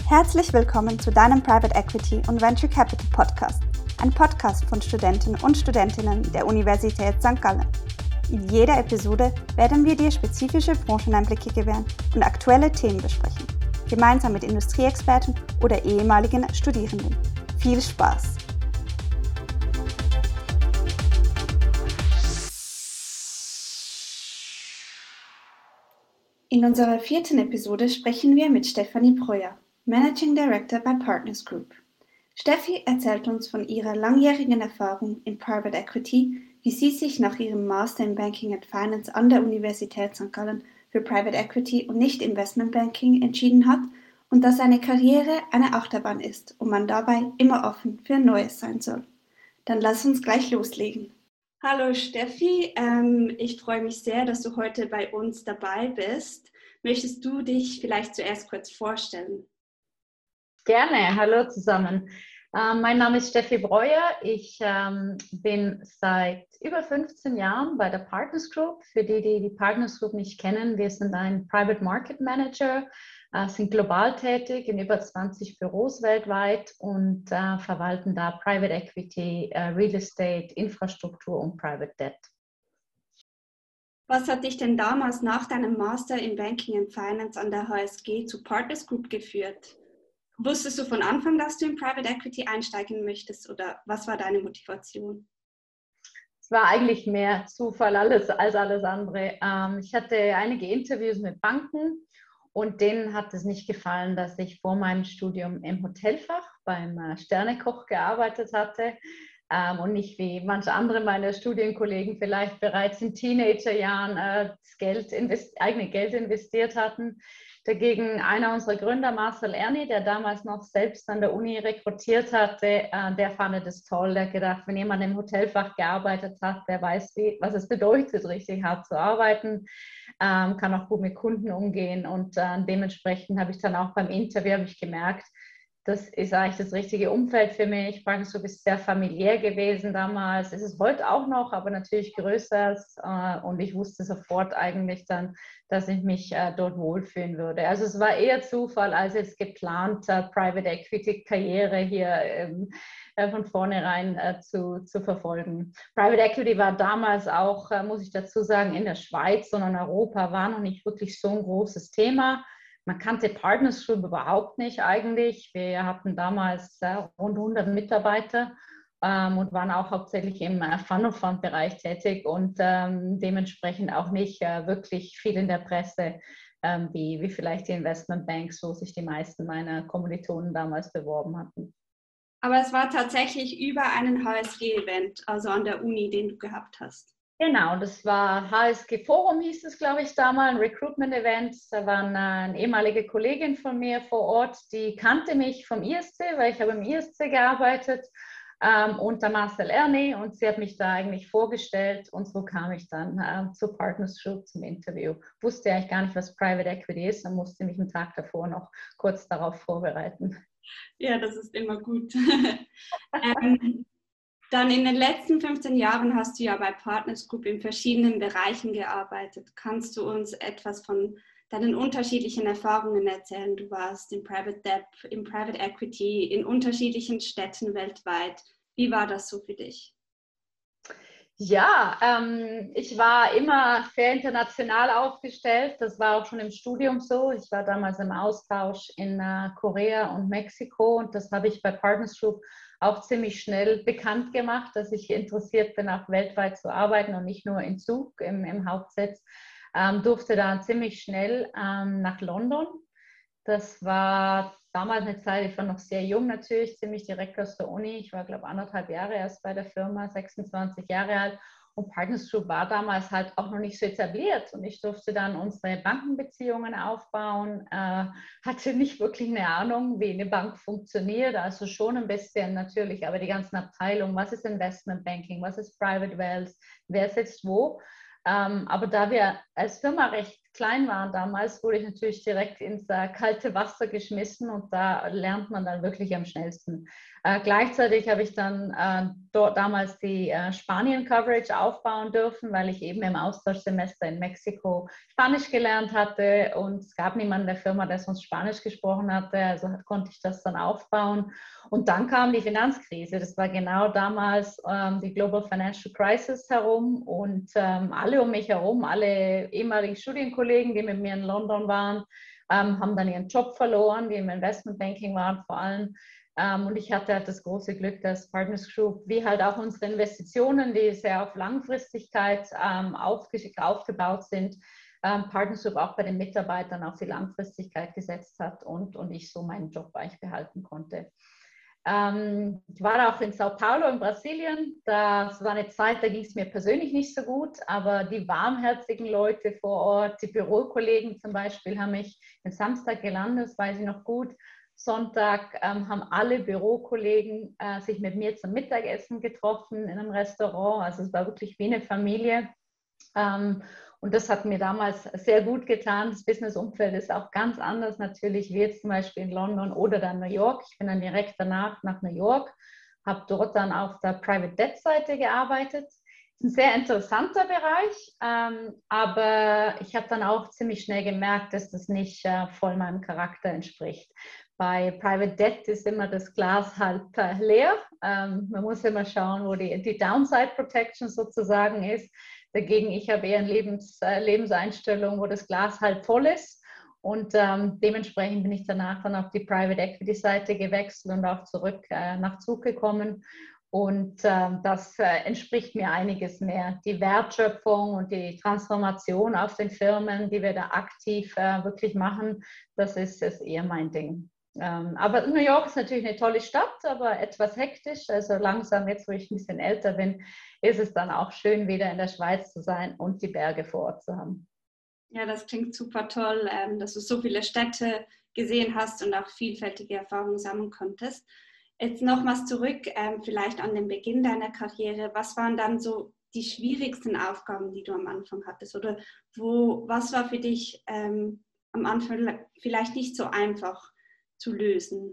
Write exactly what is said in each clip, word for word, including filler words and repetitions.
Herzlich willkommen zu deinem Private Equity und Venture Capital Podcast, ein Podcast von Studenten und Studentinnen der Universität Sankt Gallen. In jeder Episode werden wir dir spezifische Brancheneinblicke gewähren und aktuelle Themen besprechen, gemeinsam mit Industrieexperten oder ehemaligen Studierenden. Viel Spaß! In unserer vierten Episode sprechen wir mit Stefanie Breuer, Managing Director bei Partners Group. Steffi erzählt uns von ihrer langjährigen Erfahrung in Private Equity, wie sie sich nach ihrem Master in Banking and Finance an der Universität Sankt Gallen für Private Equity und nicht Investment Banking entschieden hat und dass eine Karriere eine Achterbahn ist und man dabei immer offen für Neues sein soll. Dann lass uns gleich loslegen. Hallo Steffi, ähm, ich freue mich sehr, dass du heute bei uns dabei bist. Möchtest du dich vielleicht zuerst kurz vorstellen? Gerne, hallo zusammen. Ähm, mein Name ist Steffi Breuer. Ich ähm, bin seit über fünfzehn Jahren bei der Partners Group. Für die, die die Partners Group nicht kennen, wir sind ein Private Market Manager, äh, sind global tätig in über zwanzig Büros weltweit und äh, verwalten da Private Equity, äh, Real Estate, Infrastruktur und Private Debt. Was hat dich denn damals nach deinem Master in Banking and Finance an der H S G zu Partners Group geführt? Wusstest du von Anfang, dass du in Private Equity einsteigen möchtest oder was war deine Motivation? Es war eigentlich mehr Zufall alles, als alles andere. Ähm, ich hatte einige Interviews mit Banken und denen hat es nicht gefallen, dass ich vor meinem Studium im Hotelfach beim äh, Sternekoch gearbeitet hatte ähm, und nicht wie manche andere meiner Studienkollegen vielleicht bereits in Teenagerjahren äh, das Geld invest- eigene Geld investiert hatten. Dagegen einer unserer Gründer, Marcel Erni, der damals noch selbst an der Uni rekrutiert hatte, äh, der fand das toll. Der hat gedacht, wenn jemand im Hotelfach gearbeitet hat, der weiß, wie, was es bedeutet, richtig hart zu arbeiten, ähm, kann auch gut mit Kunden umgehen. Und äh, dementsprechend habe ich dann auch beim Interview habe ich gemerkt, das ist eigentlich das richtige Umfeld für mich. Partners Group ist sehr familiär gewesen damals. Ist es heute auch noch, aber natürlich größer. Äh, und ich wusste sofort eigentlich dann, dass ich mich äh, dort wohlfühlen würde. Also es war eher Zufall als jetzt geplant, äh, Private Equity Karriere hier ähm, äh, von vornherein äh, zu, zu verfolgen. Private Equity war damals auch, äh, muss ich dazu sagen, in der Schweiz, sondern Europa war noch nicht wirklich so ein großes Thema. Man kannte Partners Group überhaupt nicht eigentlich. Wir hatten damals äh, rund hundert Mitarbeiter ähm, und waren auch hauptsächlich im äh, Fund-of-Fund-Bereich tätig und ähm, dementsprechend auch nicht äh, wirklich viel in der Presse, ähm, wie, wie vielleicht die Investmentbanks, wo sich die meisten meiner Kommilitonen damals beworben hatten. Aber es war tatsächlich über einen H S G-Event, also an der Uni, den du gehabt hast. Genau, das war H S G Forum, hieß es, glaube ich, damals, ein Recruitment-Event. Da war eine, eine ehemalige Kollegin von mir vor Ort, die kannte mich vom I S C, weil ich habe im I S C gearbeitet, ähm, unter Marcel Erni, und sie hat mich da eigentlich vorgestellt und so kam ich dann äh, zur Partners Group zum Interview. Wusste eigentlich gar nicht, was Private Equity ist und musste mich einen Tag davor noch kurz darauf vorbereiten. Ja, das ist immer gut. ähm, Dann in den letzten fünfzehn Jahren hast du ja bei Partners Group in verschiedenen Bereichen gearbeitet. Kannst du uns etwas von deinen unterschiedlichen Erfahrungen erzählen? Du warst im Private Debt, im Private Equity, in unterschiedlichen Städten weltweit. Wie war das so für dich? Ja, ähm, ich war immer sehr international aufgestellt. Das war auch schon im Studium so. Ich war damals im Austausch in äh, Korea und Mexiko und das habe ich bei Partners Group auch ziemlich schnell bekannt gemacht, dass ich interessiert bin, auch weltweit zu arbeiten und nicht nur in Zug im, im Hauptsitz. Ähm, durfte dann ziemlich schnell ähm, nach London. Das war damals eine Zeit, ich war noch sehr jung natürlich, ziemlich direkt aus der Uni. Ich war, glaube ich, anderthalb Jahre erst bei der Firma, sechsundzwanzig Jahre alt. Und Partners Group war damals halt auch noch nicht so etabliert. Und ich durfte dann unsere Bankenbeziehungen aufbauen, äh, hatte nicht wirklich eine Ahnung, wie eine Bank funktioniert. Also schon ein bisschen natürlich, aber die ganzen Abteilungen, was ist Investment Banking, was ist Private Wealth, wer sitzt wo. Ähm, aber da wir als Firma recht klein waren damals, wurde ich natürlich direkt ins äh, kalte Wasser geschmissen und da lernt man dann wirklich am schnellsten. Äh, gleichzeitig habe ich dann äh, dort damals die äh, Spanien-Coverage aufbauen dürfen, weil ich eben im Austauschsemester in Mexiko Spanisch gelernt hatte und es gab niemanden in der Firma, der sonst Spanisch gesprochen hatte, also konnte ich das dann aufbauen. Und dann kam die Finanzkrise, das war genau damals ähm, die Global Financial Crisis herum und ähm, alle um mich herum, alle ehemaligen Studienkollegen, die mit mir in London waren, ähm, haben dann ihren Job verloren, die im Investmentbanking waren vor allem. Um, und ich hatte halt das große Glück, dass Partners Group, wie halt auch unsere Investitionen, die sehr auf Langfristigkeit um, aufge aufgebaut sind, um, Partners Group auch bei den Mitarbeitern auf die Langfristigkeit gesetzt hat und, und ich so meinen Job eigentlich behalten konnte. Um, ich war auch in Sao Paulo in Brasilien. Das war eine Zeit, da ging es mir persönlich nicht so gut, aber die warmherzigen Leute vor Ort, die Bürokollegen zum Beispiel, haben mich den Samstag gelandet, das weiß ich noch gut. Sonntag ähm, haben alle Bürokollegen äh, sich mit mir zum Mittagessen getroffen in einem Restaurant. Also es war wirklich wie eine Familie. Ähm, und das hat mir damals sehr gut getan. Das Businessumfeld ist auch ganz anders natürlich, wie jetzt zum Beispiel in London oder dann New York. Ich bin dann direkt danach nach New York, habe dort dann auf der Private Debt Seite gearbeitet. Das ist ein sehr interessanter Bereich, ähm, aber ich habe dann auch ziemlich schnell gemerkt, dass das nicht äh, voll meinem Charakter entspricht. Bei Private Debt ist immer das Glas halb äh, leer. Ähm, man muss immer schauen, wo die, die Downside Protection sozusagen ist. Dagegen, ich habe eher eine Lebens, äh, Lebenseinstellung, wo das Glas halb voll ist. Und ähm, dementsprechend bin ich danach dann auf die Private Equity Seite gewechselt und auch zurück äh, nach Zug gekommen. Und äh, das äh, entspricht mir einiges mehr. Die Wertschöpfung und die Transformation auf den Firmen, die wir da aktiv äh, wirklich machen, das ist, ist eher mein Ding. Ähm, aber New York ist natürlich eine tolle Stadt, aber etwas hektisch. Also langsam, jetzt wo ich ein bisschen älter bin, ist es dann auch schön, wieder in der Schweiz zu sein und die Berge vor Ort zu haben. Ja, das klingt super toll, ähm, dass du so viele Städte gesehen hast und auch vielfältige Erfahrungen sammeln konntest. Jetzt nochmals zurück, ähm, vielleicht an den Beginn deiner Karriere. Was waren dann so die schwierigsten Aufgaben, die du am Anfang hattest? Oder wo, was war für dich ähm, am Anfang vielleicht nicht so einfach zu lösen?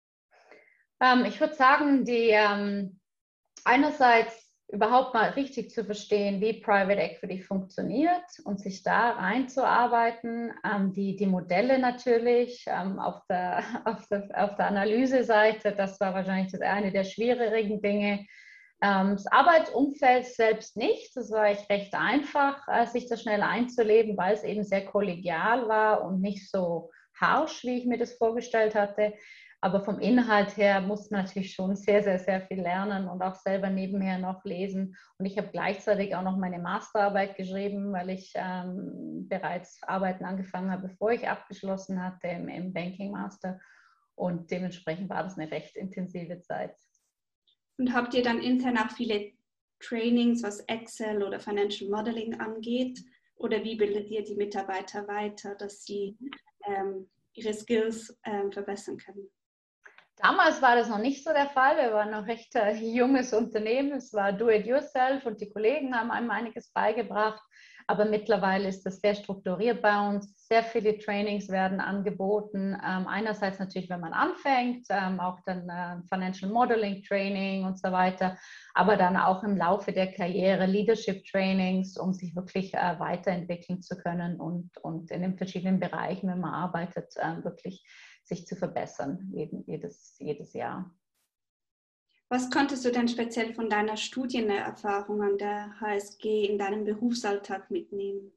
Ähm, ich würde sagen, die ähm, einerseits überhaupt mal richtig zu verstehen, wie Private Equity funktioniert und sich da reinzuarbeiten. Ähm, die, die Modelle natürlich ähm, auf, der, auf, der, auf der Analyseseite, das war wahrscheinlich das eine der schwierigen Dinge. Ähm, das Arbeitsumfeld selbst nicht, das war echt recht einfach, äh, sich da schnell einzuleben, weil es eben sehr kollegial war und nicht so harsch, wie ich mir das vorgestellt hatte. Aber vom Inhalt her muss man natürlich schon sehr, sehr, sehr viel lernen und auch selber nebenher noch lesen. Und ich habe gleichzeitig auch noch meine Masterarbeit geschrieben, weil ich ähm, bereits Arbeiten angefangen habe, bevor ich abgeschlossen hatte im, im Banking Master. Und dementsprechend war das eine recht intensive Zeit. Und habt ihr dann intern auch viele Trainings, was Excel oder Financial Modeling angeht? Oder wie bildet ihr die Mitarbeiter weiter, dass sie ähm, ihre Skills ähm, verbessern können? Damals war das noch nicht so der Fall. Wir waren noch recht äh, junges Unternehmen. Es war Do-it-yourself und die Kollegen haben einem einiges beigebracht. Aber mittlerweile ist das sehr strukturiert bei uns. Sehr viele Trainings werden angeboten. Ähm, einerseits natürlich, wenn man anfängt, ähm, auch dann äh, Financial Modeling Training und so weiter. Aber dann auch im Laufe der Karriere Leadership Trainings, um sich wirklich äh, weiterentwickeln zu können und, und in den verschiedenen Bereichen, wenn man arbeitet, äh, wirklich sich zu verbessern, jeden, jedes, jedes Jahr. Was konntest du denn speziell von deiner Studienerfahrung an der H S G in deinem Berufsalltag mitnehmen?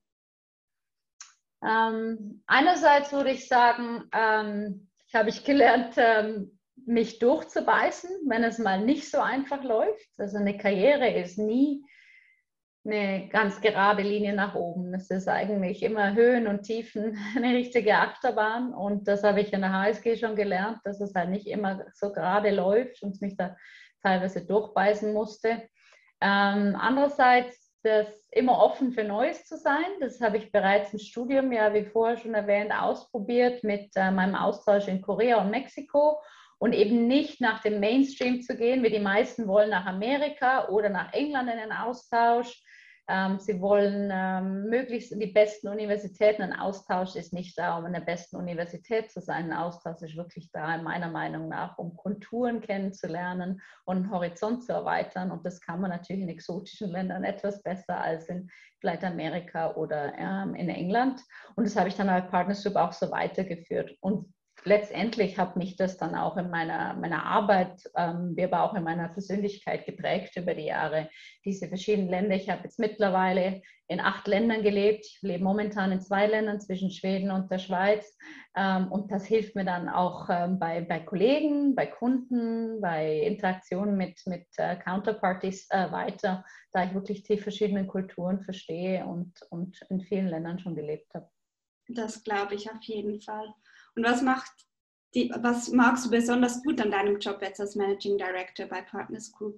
Ähm, einerseits würde ich sagen, ähm, ich habe ich gelernt, ähm, mich durchzubeißen, wenn es mal nicht so einfach läuft. Also eine Karriere ist nie eine ganz gerade Linie nach oben. Es ist eigentlich immer Höhen und Tiefen, eine richtige Achterbahn. Und das habe ich in der H S G schon gelernt, dass es halt nicht immer so gerade läuft und mich da teilweise durchbeißen musste. Ähm, andererseits, das immer offen für Neues zu sein, das habe ich bereits im Studium, ja wie vorher schon erwähnt, ausprobiert mit äh, meinem Austausch in Korea und Mexiko. Und eben nicht nach dem Mainstream zu gehen, wie die meisten wollen, nach Amerika oder nach England in den Austausch, Ähm, sie wollen ähm, möglichst in die besten Universitäten. Ein Austausch ist nicht da, um in der besten Universität zu sein. Ein Austausch ist wirklich da, meiner Meinung nach, um Kulturen kennenzulernen und einen Horizont zu erweitern. Und das kann man natürlich in exotischen Ländern etwas besser als in vielleicht Amerika oder ähm, in England. Und das habe ich dann als Partners Group auch so weitergeführt. Und letztendlich hat mich das dann auch in meiner, meiner Arbeit, ähm, aber auch in meiner Persönlichkeit geprägt über die Jahre. Diese verschiedenen Länder. Ich habe jetzt mittlerweile in acht Ländern gelebt. Ich lebe momentan in zwei Ländern zwischen Schweden und der Schweiz. Ähm, und das hilft mir dann auch ähm, bei, bei Kollegen, bei Kunden, bei Interaktionen mit, mit äh, Counterparties äh, weiter, da ich wirklich die verschiedenen Kulturen verstehe und, und in vielen Ländern schon gelebt habe. Das glaube ich auf jeden Fall. Und was macht die, was magst du besonders gut an deinem Job jetzt als Managing Director bei Partners Group?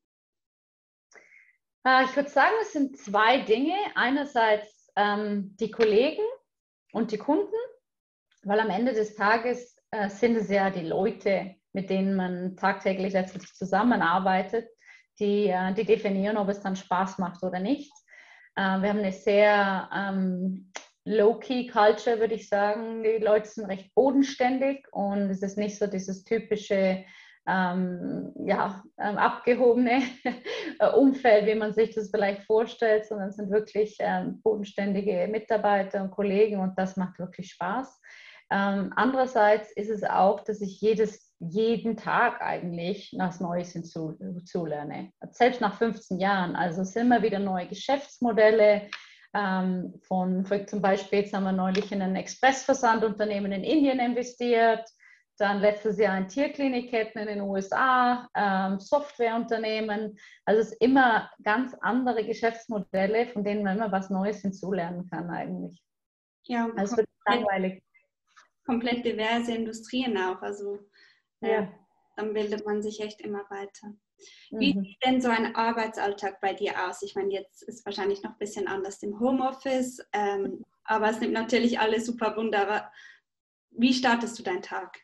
Äh, ich würde sagen, es sind zwei Dinge. Einerseits ähm, die Kollegen und die Kunden, weil am Ende des Tages äh, sind es ja die Leute, mit denen man tagtäglich letztlich zusammenarbeitet, die, äh, die definieren, ob es dann Spaß macht oder nicht. Äh, wir haben eine sehr ähm, Low-Key-Culture, würde ich sagen. Die Leute sind recht bodenständig und es ist nicht so dieses typische ähm, ja, ähm, abgehobene Umfeld, wie man sich das vielleicht vorstellt, sondern es sind wirklich ähm, bodenständige Mitarbeiter und Kollegen und das macht wirklich Spaß. Ähm, andererseits ist es auch, dass ich jedes, jeden Tag eigentlich was Neues hinzulerne. Selbst nach fünfzehn Jahren. Also es sind immer wieder neue Geschäftsmodelle. Ähm, von, zum Beispiel jetzt haben wir neulich in ein Expressversandunternehmen in Indien investiert. Dann letztes Jahr in Tierklinikketten in den U S A, ähm, Softwareunternehmen. Also es sind immer ganz andere Geschäftsmodelle, von denen man immer was Neues hinzulernen kann eigentlich. Ja, und also es wird langweilig. Komplett diverse Industrien auch. Also äh, Ja. dann bildet man sich echt immer weiter. Mhm. Wie sieht denn so ein Arbeitsalltag bei dir aus? Ich meine, jetzt ist wahrscheinlich noch ein bisschen anders im Homeoffice, ähm, aber es nimmt natürlich alles super Wunder. Wie startest du deinen Tag?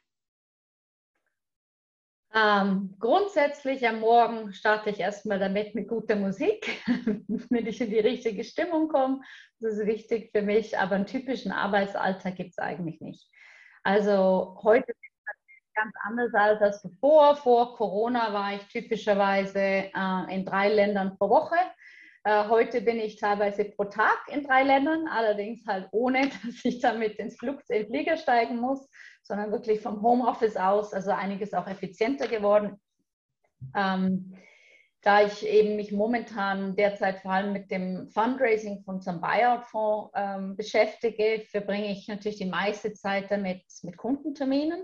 Ähm, grundsätzlich am Morgen starte ich erstmal damit mit guter Musik, damit ich in die richtige Stimmung komme. Das ist wichtig für mich, aber einen typischen Arbeitsalltag gibt es eigentlich nicht. Also heute ist es ganz anders als das zuvor. Vor Corona war ich typischerweise äh, in drei Ländern pro Woche. Äh, heute bin ich teilweise pro Tag in drei Ländern, allerdings halt ohne, dass ich damit ins Flug, in den Flieger steigen muss, sondern wirklich vom Homeoffice aus, also einiges auch effizienter geworden. Ähm, da ich eben mich momentan derzeit vor allem mit dem Fundraising von unserem Buyout-Fonds ähm, beschäftige, verbringe ich natürlich die meiste Zeit damit mit Kundenterminen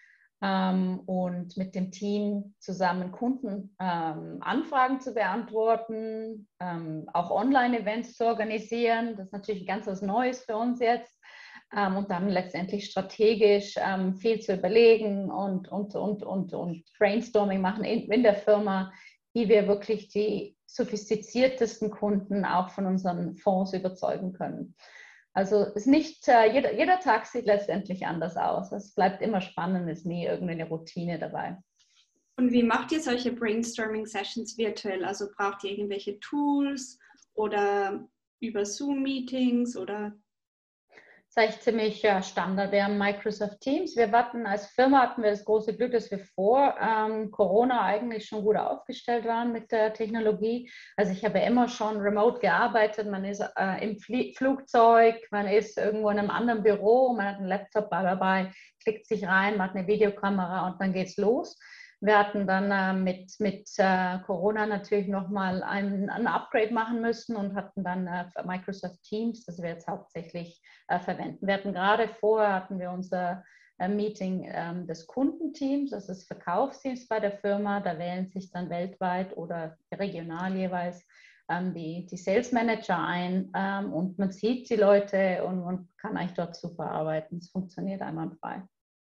ähm, und mit dem Team zusammen Kundenanfragen ähm, zu beantworten, ähm, auch Online-Events zu organisieren. Das ist natürlich ganz was Neues für uns jetzt. Ähm, und dann letztendlich strategisch ähm, viel zu überlegen und, und, und, und, und Brainstorming machen in, in der Firma, wie wir wirklich die sophistiziertesten Kunden auch von unseren Fonds überzeugen können. Also ist nicht, äh, jeder, jeder Tag sieht letztendlich anders aus. Es bleibt immer spannend, ist nie irgendeine Routine dabei. Und wie macht ihr solche Brainstorming-Sessions virtuell? Also braucht ihr irgendwelche Tools oder über Zoom-Meetings oder? Das ist eigentlich ziemlich ja, Standard. Wir haben Microsoft Teams. Wir hatten als Firma hatten wir das große Glück, dass wir vor ähm, Corona eigentlich schon gut aufgestellt waren mit der Technologie. Also ich habe ja immer schon remote gearbeitet. Man ist äh, im Flie Flugzeug, man ist irgendwo in einem anderen Büro, man hat einen Laptop dabei, klickt sich rein, man hat eine Videokamera und dann geht's los. Wir hatten dann äh, mit, mit äh, Corona natürlich nochmal ein, ein Upgrade machen müssen und hatten dann äh, Microsoft Teams, das wir jetzt hauptsächlich äh, verwenden. Wir hatten gerade vorher hatten wir unser äh, Meeting ähm, des Kundenteams, das ist Verkaufsteams bei der Firma. Da wählen sich dann weltweit oder regional jeweils ähm, die, die Sales Manager ein ähm, und man sieht die Leute und, und kann eigentlich dort super arbeiten. Es funktioniert einwandfrei.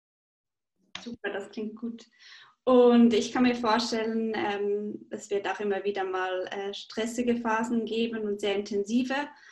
Super, das klingt gut. Und ich kann mir vorstellen, ähm, es wird auch immer wieder mal äh, stressige Phasen geben und sehr intensive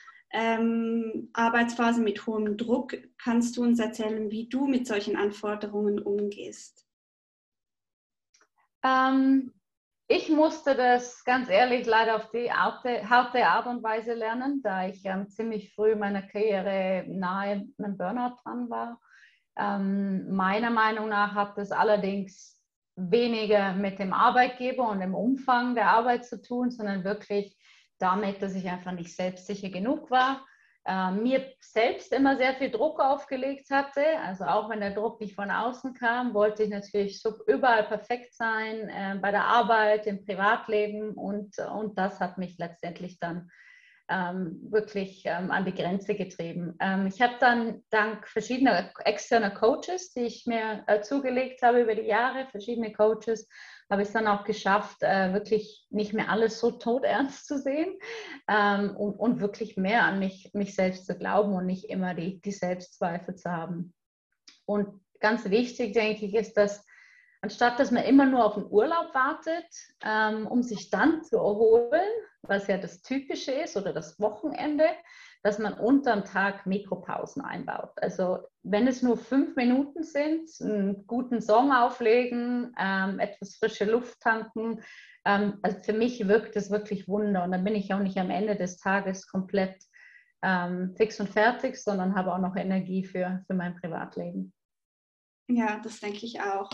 ähm, Arbeitsphasen mit hohem Druck. Kannst du uns erzählen, wie du mit solchen Anforderungen umgehst? Ähm, Ich musste das ganz ehrlich leider auf die harte, harte Art und Weise lernen, da ich ähm, ziemlich früh meiner Karriere nahe einem Burnout dran war. Ähm, meiner Meinung nach hat das allerdings weniger mit dem Arbeitgeber und dem Umfang der Arbeit zu tun, sondern wirklich damit, dass ich einfach nicht selbstsicher genug war, äh, mir selbst immer sehr viel Druck aufgelegt hatte. Also auch wenn der Druck nicht von außen kam, wollte ich natürlich so überall perfekt sein, äh, bei der Arbeit, im Privatleben und, und das hat mich letztendlich dann ähm, wirklich ähm, an die Grenze getrieben. Ähm, ich habe dann dank verschiedener externer Coaches, die ich mir äh, zugelegt habe über die Jahre, verschiedene Coaches, habe ich es dann auch geschafft, äh, wirklich nicht mehr alles so todernst zu sehen ähm, und, und wirklich mehr an mich, mich selbst zu glauben und nicht immer die, die Selbstzweifel zu haben. Und ganz wichtig, denke ich, ist, dass anstatt dass man immer nur auf den Urlaub wartet, ähm, um sich dann zu erholen, was ja das Typische ist, oder das Wochenende, dass man unterm Tag Mikropausen einbaut. Also wenn es nur fünf Minuten sind, einen guten Song auflegen, ähm, etwas frische Luft tanken, ähm, also für mich wirkt es wirklich Wunder. Und dann bin ich auch nicht am Ende des Tages komplett ähm, fix und fertig, sondern habe auch noch Energie für, für mein Privatleben. Ja, das denke ich auch.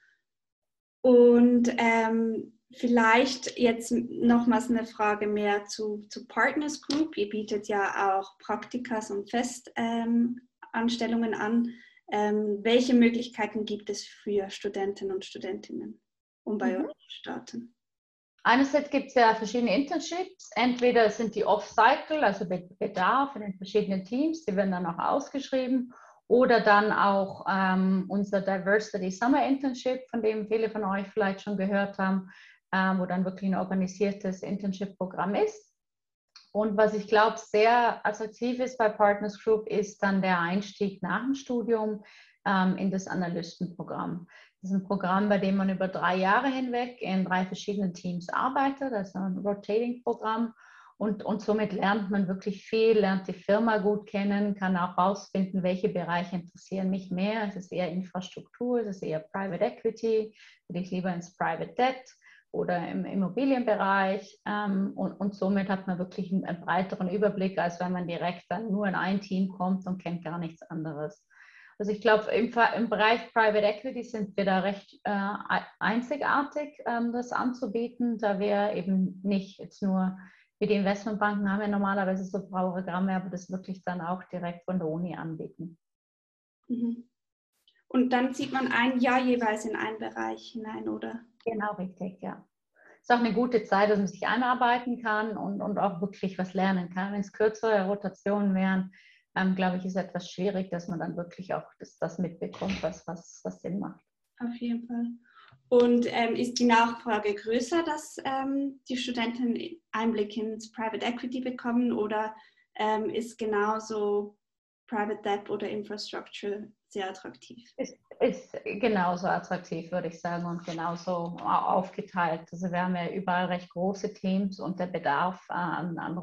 Und ähm, vielleicht jetzt nochmals eine Frage mehr zu, zu Partners Group. Ihr bietet ja auch Praktikas und Festanstellungen ähm, an. Ähm, welche Möglichkeiten gibt es für Studenten und Studentinnen, um bei Mhm. euch zu starten? Einerseits gibt es ja verschiedene Internships. Entweder sind die Off-Cycle, also Bedarf in den verschiedenen Teams, die werden dann auch ausgeschrieben. Oder dann auch ähm, unser Diversity Summer Internship, von dem viele von euch vielleicht schon gehört haben, ähm, wo dann wirklich ein organisiertes Internship-Programm ist. Und was ich glaube, sehr attraktiv ist bei Partners Group, ist dann der Einstieg nach dem Studium ähm, in das Analystenprogramm. Das ist ein Programm, bei dem man über drei Jahre hinweg in drei verschiedenen Teams arbeitet, also ein Rotating-Programm. Und, und somit lernt man wirklich viel, lernt die Firma gut kennen, kann auch herausfinden, welche Bereiche interessieren mich mehr. Es ist eher Infrastruktur, es ist eher Private Equity, will ich lieber ins Private Debt oder im Immobilienbereich. Ähm, und, und somit hat man wirklich einen, einen breiteren Überblick, als wenn man direkt dann nur in ein Team kommt und kennt gar nichts anderes. Also ich glaube, im, im Bereich Private Equity sind wir da recht äh, einzigartig, ähm, das anzubieten, da wir eben nicht jetzt nur, wie die Investmentbanken haben ja normalerweise so Programme, aber das wirklich dann auch direkt von der Uni anbieten. Mhm. Und dann zieht man ein Jahr jeweils in einen Bereich hinein, oder? Genau, richtig, ja. Ist auch eine gute Zeit, dass man sich einarbeiten kann und, und auch wirklich was lernen kann. Wenn es kürzere Rotationen wären, ähm, glaube ich, ist es etwas schwierig, dass man dann wirklich auch das, das mitbekommt, was, was, was Sinn macht. Auf jeden Fall. Und ähm, ist die Nachfrage größer, dass ähm, die Studenten Einblick ins Private Equity bekommen, oder ähm, ist genauso Private Debt oder Infrastructure sehr attraktiv? Ist, ist genauso attraktiv, würde ich sagen, und genauso aufgeteilt. Also wir haben ja überall recht große Teams und der Bedarf an, an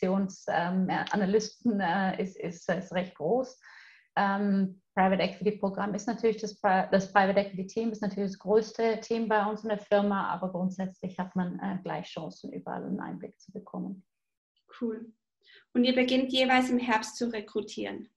Rotationsanalysten ähm, äh, ist, ist, ist recht groß. Ähm, Private Equity Programm ist natürlich das, das Private Equity Team ist natürlich das größte Team bei uns in der Firma, aber grundsätzlich hat man äh, gleich Chancen, überall einen Einblick zu bekommen. Cool. Und ihr beginnt jeweils im Herbst zu rekrutieren?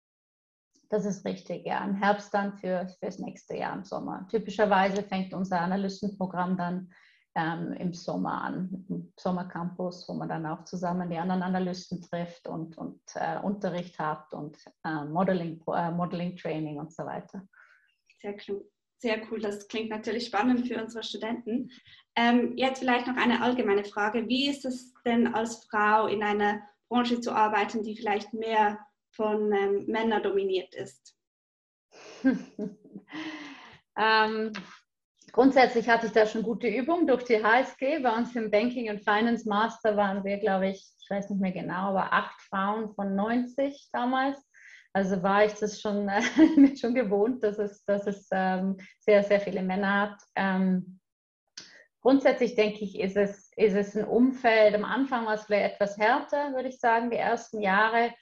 Das ist richtig, ja. Im Herbst dann für, für das nächste Jahr im Sommer. Typischerweise fängt unser Analystenprogramm dann ähm, im Sommer an, mit dem Sommercampus, wo man dann auch zusammen die anderen Analysten trifft und, und äh, Unterricht hat und äh, Modeling, äh, Modeling Training und so weiter. Sehr, sehr cool, das klingt natürlich spannend für unsere Studenten. Ähm, jetzt vielleicht noch eine allgemeine Frage. Wie ist es denn als Frau in einer Branche zu arbeiten, die vielleicht mehr von ähm, Männern dominiert ist? ähm, grundsätzlich hatte ich da schon gute Übung durch die H S G. Bei uns im Banking and Finance Master waren wir, glaube ich, ich weiß nicht mehr genau, aber acht Frauen von neunzig damals. Also war ich das schon, äh, schon gewohnt, dass es, dass es ähm, sehr, sehr viele Männer hat. Ähm, grundsätzlich denke ich, ist es, ist es ein Umfeld, am Anfang war es vielleicht etwas härter, würde ich sagen, die ersten Jahre.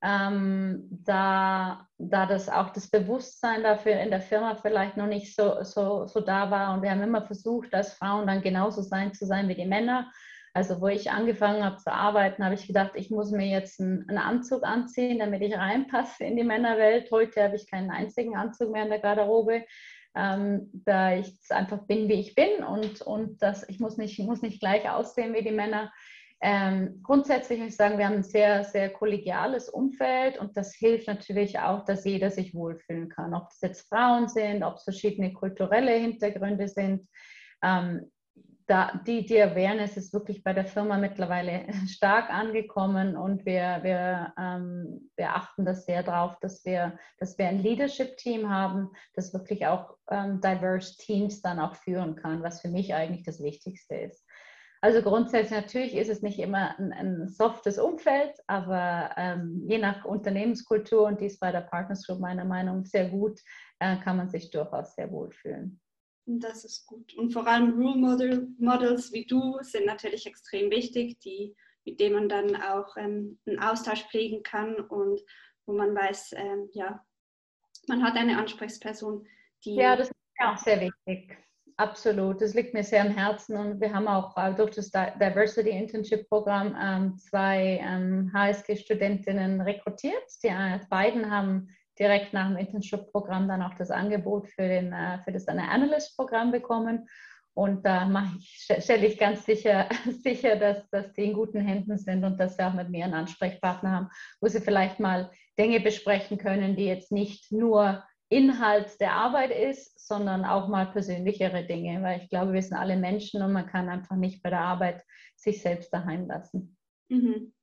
ähm, da, da das auch das Bewusstsein dafür in der Firma vielleicht noch nicht so, so, so da war. Und wir haben immer versucht, als Frauen dann genauso sein zu sein wie die Männer. Also wo ich angefangen habe zu arbeiten, habe ich gedacht, ich muss mir jetzt einen, einen Anzug anziehen, damit ich reinpasse in die Männerwelt. Heute habe ich keinen einzigen Anzug mehr in der Garderobe, ähm, da ich einfach bin, wie ich bin und, und das, ich muss nicht, muss nicht gleich aussehen wie die Männer. Ähm, grundsätzlich muss ich sagen, wir haben ein sehr, sehr kollegiales Umfeld und das hilft natürlich auch, dass jeder sich wohlfühlen kann. Ob es jetzt Frauen sind, ob es verschiedene kulturelle Hintergründe sind. Ähm, da, die, die Awareness ist wirklich bei der Firma mittlerweile stark angekommen und wir, wir, ähm, wir achten das sehr darauf, dass wir, dass wir ein Leadership-Team haben, das wirklich auch ähm, diverse Teams dann auch führen kann, was für mich eigentlich das Wichtigste ist. Also grundsätzlich natürlich ist es nicht immer ein, ein softes Umfeld, aber ähm, je nach Unternehmenskultur, und die ist bei der Partners Group meiner Meinung nach sehr gut, äh, kann man sich durchaus sehr wohlfühlen. Das ist gut. Und vor allem Role Model, Models wie du sind natürlich extrem wichtig, die, mit denen man dann auch ähm, einen Austausch pflegen kann und wo man weiß, ähm, ja, man hat eine Ansprechperson, die... Ja, das ist ja auch sehr wichtig. Absolut, das liegt mir sehr am Herzen und wir haben auch äh, durch das Diversity Internship Programm ähm, zwei ähm, H S G-Studentinnen rekrutiert. Die äh, beiden haben direkt nach dem Internship-Programm dann auch das Angebot für, den, äh, für das Analyst-Programm bekommen. Und da mache ich, stelle ich ganz sicher, sicher dass, dass die in guten Händen sind und dass sie auch mit mir einen Ansprechpartner haben, wo sie vielleicht mal Dinge besprechen können, die jetzt nicht nur Inhalt der Arbeit ist, sondern auch mal persönlichere Dinge. Weil ich glaube, wir sind alle Menschen und man kann einfach nicht bei der Arbeit sich selbst daheim lassen. Mhm.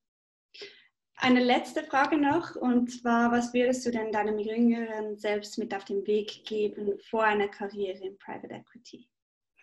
Eine letzte Frage noch, und zwar, was würdest du denn deinem Jüngeren selbst mit auf den Weg geben vor einer Karriere in Private Equity?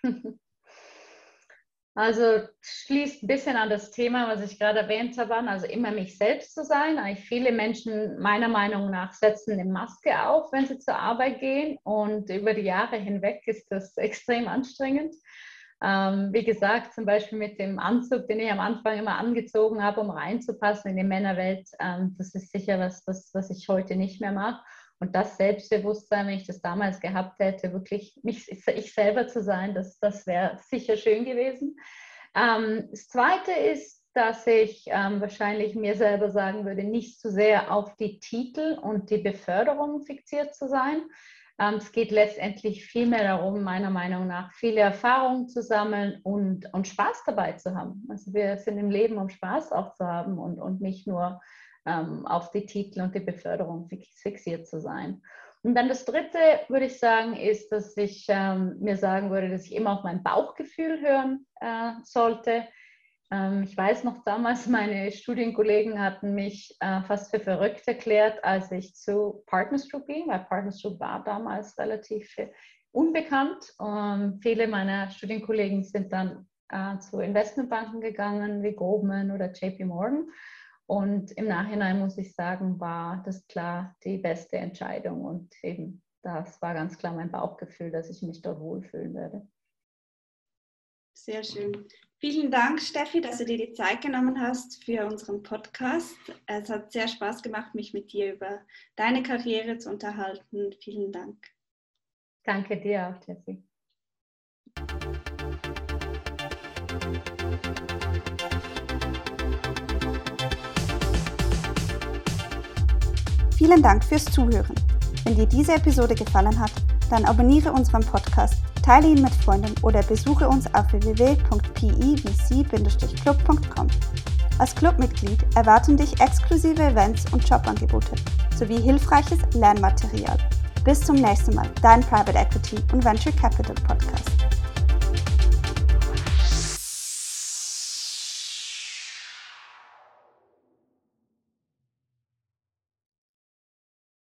Also schließt ein bisschen an das Thema, was ich gerade erwähnt habe, also immer mich selbst zu sein. Eigentlich viele Menschen meiner Meinung nach setzen eine Maske auf, wenn sie zur Arbeit gehen und über die Jahre hinweg ist das extrem anstrengend. Ähm, wie gesagt, zum Beispiel mit dem Anzug, den ich am Anfang immer angezogen habe, um reinzupassen in die Männerwelt, ähm, das ist sicher was, was, was ich heute nicht mehr mache. Und das Selbstbewusstsein, wenn ich das damals gehabt hätte, wirklich mich, ich selber zu sein, das, das wäre sicher schön gewesen. Ähm, das Zweite ist, dass ich ähm, wahrscheinlich mir selber sagen würde, nicht zu sehr auf die Titel und die Beförderung fixiert zu sein. Ähm, es geht letztendlich vielmehr darum, meiner Meinung nach, viele Erfahrungen zu sammeln und, und Spaß dabei zu haben. Also wir sind im Leben, um Spaß auch zu haben und, und nicht nur auf die Titel und die Beförderung fixiert zu sein. Und dann das Dritte, würde ich sagen, ist, dass ich ähm, mir sagen würde, dass ich immer auf mein Bauchgefühl hören äh, sollte. Ähm, ich weiß noch damals, meine Studienkollegen hatten mich äh, fast für verrückt erklärt, als ich zu Partners Group ging, weil Partners Group war damals relativ unbekannt. Und viele meiner Studienkollegen sind dann äh, zu Investmentbanken gegangen, wie Goldman oder J P Morgan. Und im Nachhinein muss ich sagen, war das klar die beste Entscheidung. Und eben das war ganz klar mein Bauchgefühl, dass ich mich dort wohlfühlen werde. Sehr schön. Vielen Dank, Steffi, dass du dir die Zeit genommen hast für unseren Podcast. Es hat sehr Spaß gemacht, mich mit dir über deine Karriere zu unterhalten. Vielen Dank. Danke dir auch, Jessie. Vielen Dank fürs Zuhören. Wenn dir diese Episode gefallen hat, dann abonniere unseren Podcast, teile ihn mit Freunden oder besuche uns auf w w w punkt p i v c Bindestrich club punkt com. Als Clubmitglied erwarten dich exklusive Events und Jobangebote sowie hilfreiches Lernmaterial. Bis zum nächsten Mal, dein Private Equity und Venture Capital Podcast.